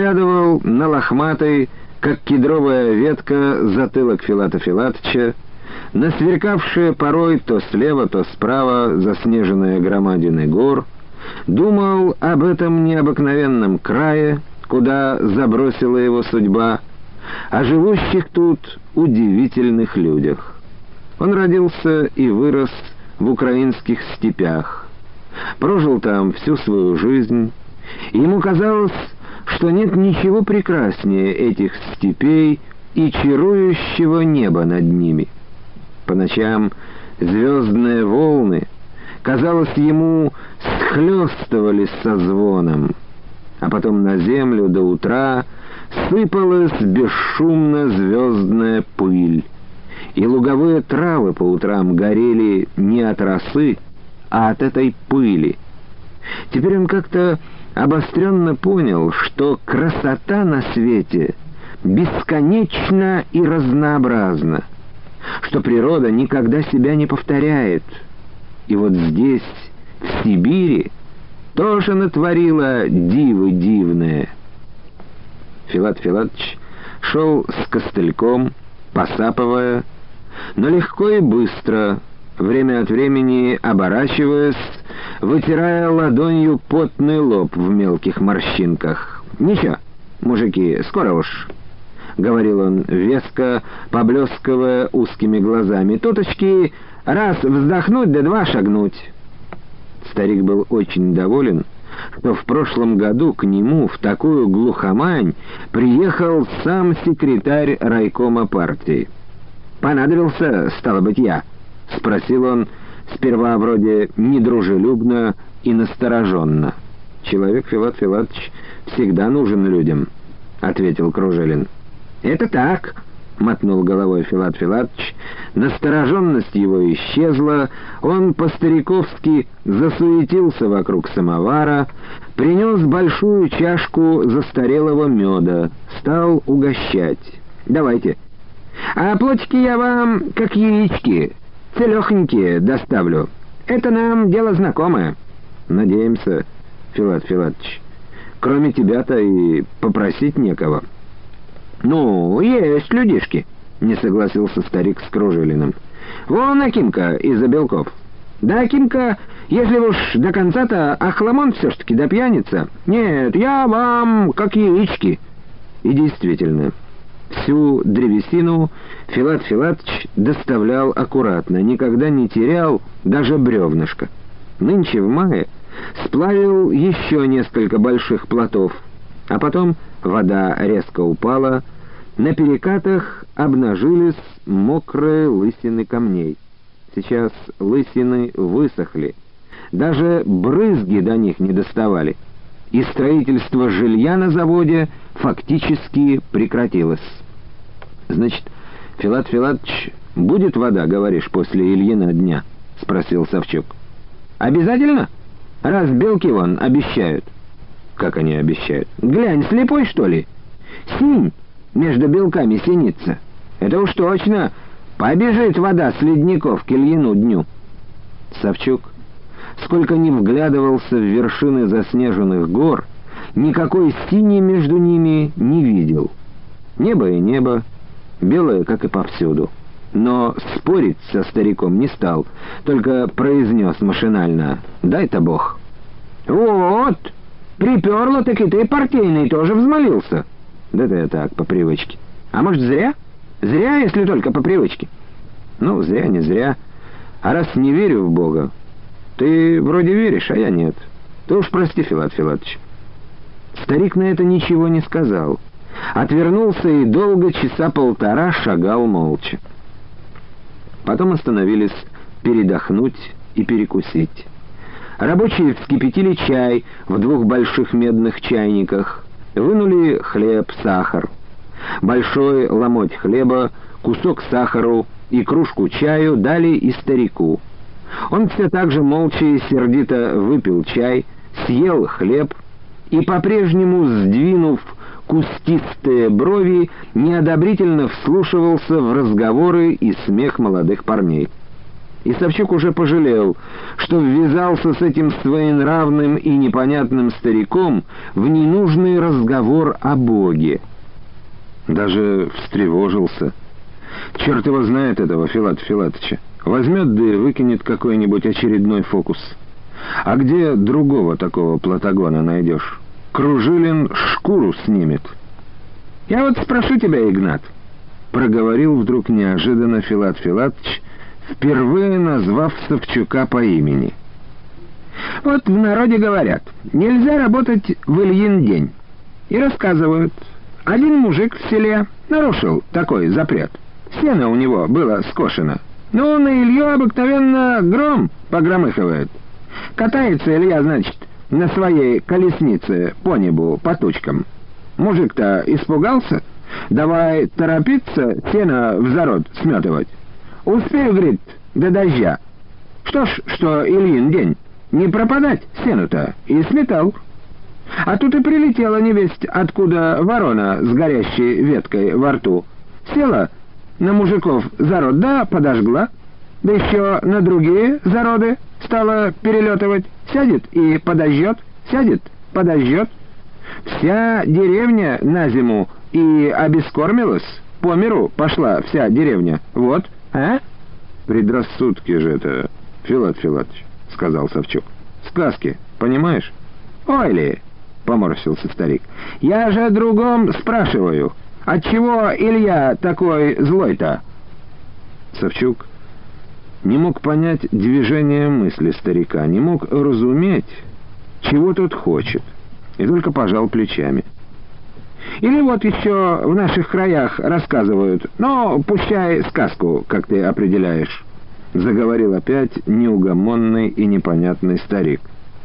поглядывал на лохматый, как кедровая ветка, затылок Филата Филатыча, на сверкавшие порой то слева, то справа заснеженные громадины гор, думал об этом необыкновенном крае, куда забросила его судьба, о живущих тут удивительных людях. Он родился и вырос в украинских степях, прожил там всю свою жизнь, и ему казалось, что нет ничего прекраснее этих степей и чарующего неба над ними. По ночам звездные волны, казалось ему, схлёстывались со звоном, а потом на землю до утра сыпалась бесшумно звездная пыль, и луговые травы по утрам горели не от росы, а от этой пыли. Теперь он как-то обостренно понял, что красота на свете бесконечна и разнообразна, что природа никогда себя не повторяет. И вот здесь, в Сибири, тоже натворила дивы дивные. Филат Филатыч шел с костыльком, посапывая, но легко и быстро, время от времени оборачиваясь, вытирая ладонью потный лоб в мелких морщинках. «Ничего, мужики, скоро уж», — говорил он веско, поблескивая узкими глазами. «Туточки раз вздохнуть, да два шагнуть». Старик был очень доволен, что в прошлом году к нему в такую глухомань приехал сам секретарь райкома партии. «Понадобился, стало быть, я?» — спросил он, сперва вроде недружелюбно и настороженно. «Человек, Филат Филатыч, всегда нужен людям», — ответил Кружилин. «Это так», — мотнул головой Филат Филатыч. Настороженность его исчезла, он по-стариковски засуетился вокруг самовара, принес большую чашку застарелого меда, стал угощать. «Давайте. А плотики я вам, как яички, целехонькие доставлю. Это нам дело знакомое». «Надеемся, Филат Филатыч. Кроме тебя-то и попросить некого». «Ну, есть людишки», — не согласился старик с Кружилиным. «Вон Акимка из-за Белков. Да Акимка, если уж до конца-то Ахламон все-таки допьянется. Нет, я вам как яички». И действительно, всю древесину Филат Филатыч доставлял аккуратно, никогда не терял даже бревнышко. Нынче в мае сплавил еще несколько больших плотов, а потом вода резко упала, на перекатах обнажились мокрые лысины камней. Сейчас лысины высохли, даже брызги до них не доставали, и строительство жилья на заводе фактически прекратилось. «Значит, Филат Филатыч, будет вода, говоришь, после Ильина дня?» — спросил Савчук. «Обязательно? Раз белки вон обещают». «Как они обещают?» «Глянь, слепой, что ли? Синь между белками синится. Это уж точно побежит вода с ледников к Ильину дню». Савчук, сколько ни вглядывался в вершины заснеженных гор, никакой сини между ними не видел. Небо и небо, белое, как и повсюду. Но спорить со стариком не стал, только произнес машинально: «Дай-то Бог». «Вот! Приперло, так и ты, партийный, тоже взмолился». «Да-да я так, по привычке». «А может, зря? Зря, если только по привычке». «Ну, зря, не зря. А раз не верю в Бога, ты вроде веришь, а я нет. Ты уж прости, Филат Филатыч». Старик на это ничего не сказал. Отвернулся и долго, часа полтора, шагал молча. Потом остановились передохнуть и перекусить. Рабочие вскипятили чай в двух больших медных чайниках, вынули хлеб, сахар. Большой ломоть хлеба, кусок сахару и кружку чаю дали и старику. Он все так же молча и сердито выпил чай, съел хлеб и, по-прежнему сдвинув кустистые брови, неодобрительно вслушивался в разговоры и смех молодых парней. И Савчук уже пожалел, что ввязался с этим своенравным и непонятным стариком в ненужный разговор о Боге. Даже встревожился. Черт его знает этого Филата Филатыча. Возьмет да и выкинет какой-нибудь очередной фокус. А где другого такого Платагона найдешь? Кружилин шкуру снимет. Я вот спрошу тебя, Игнат, проговорил вдруг неожиданно Филат Филатыч, впервые назвав Савчука по имени. Вот в народе говорят, нельзя работать в Ильин день. И рассказывают, один мужик в селе нарушил такой запрет. Сено у него было скошено. Но на Илью обыкновенно гром погромыхивает. Катается Илья, значит, на своей колеснице по небу, по тучкам. Мужик-то испугался. Давай торопиться, сено в зарод сметывать. Успею, говорит, до дождя. Что ж, что Ильин день, не пропадать сену-то, и сметал. А тут и прилетела невесть, откуда ворона с горящей веткой во рту. Села на мужиков зарод, да подожгла, да еще на другие зароды стала перелетывать. Сядет и подожжет, сядет, подожжет. Вся деревня на зиму и обескормилась, по миру пошла вся деревня. Вот, а? Предрассудки же это, Филат Филатыч, сказал Савчук. Сказки, понимаешь? Ой ли, поморщился старик. Я же о другом спрашиваю. Отчего Илья такой злой-то? Савчук не мог понять движение мысли старика, не мог разуметь, чего тот хочет, и только пожал плечами. Или вот еще в наших краях рассказывают, но пущай сказку, как ты определяешь, заговорил опять неугомонный и непонятный старик.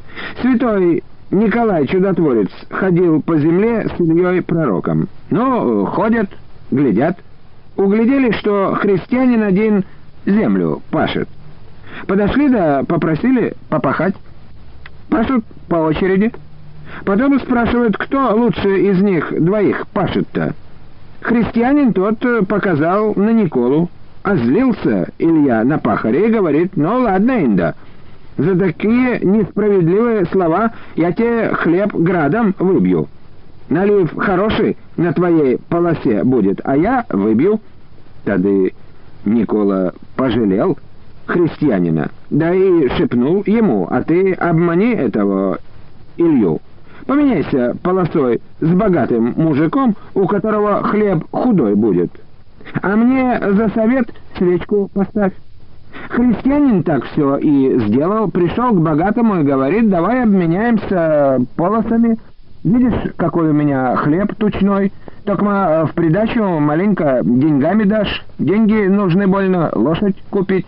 Святой Николай Чудотворец ходил по земле с Ильей пророком. Ну, ходят, глядят. Углядели, что христианин один землю пашет. Подошли да попросили попахать. Пашут по очереди. Потом спрашивают, кто лучше из них двоих пашет-то. Христианин тот показал на Николу. А злился Илья на пахаря и говорит: ну ладно, инда, за такие несправедливые слова я тебе хлеб градом выбью. Налив хороший на твоей полосе будет, а я выбью. Тогда Никола пожалел христианина, да и шепнул ему: а ты обмани этого Илью. Поменяйся полосой с богатым мужиком, у которого хлеб худой будет. А мне за совет свечку поставь. Христианин так все и сделал, пришел к богатому и говорит: давай обменяемся полосами. Видишь, какой у меня хлеб тучной, только в придачу маленько деньгами дашь. Деньги нужны больно лошадь купить.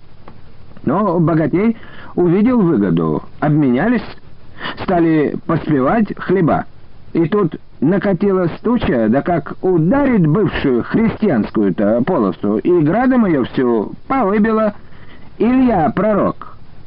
Но богатей увидел выгоду, обменялись, стали поспевать хлеба. И тут накатилась туча, да как ударит бывшую христианскую-то полосу, и градом ее всю повыбила. Илья пророк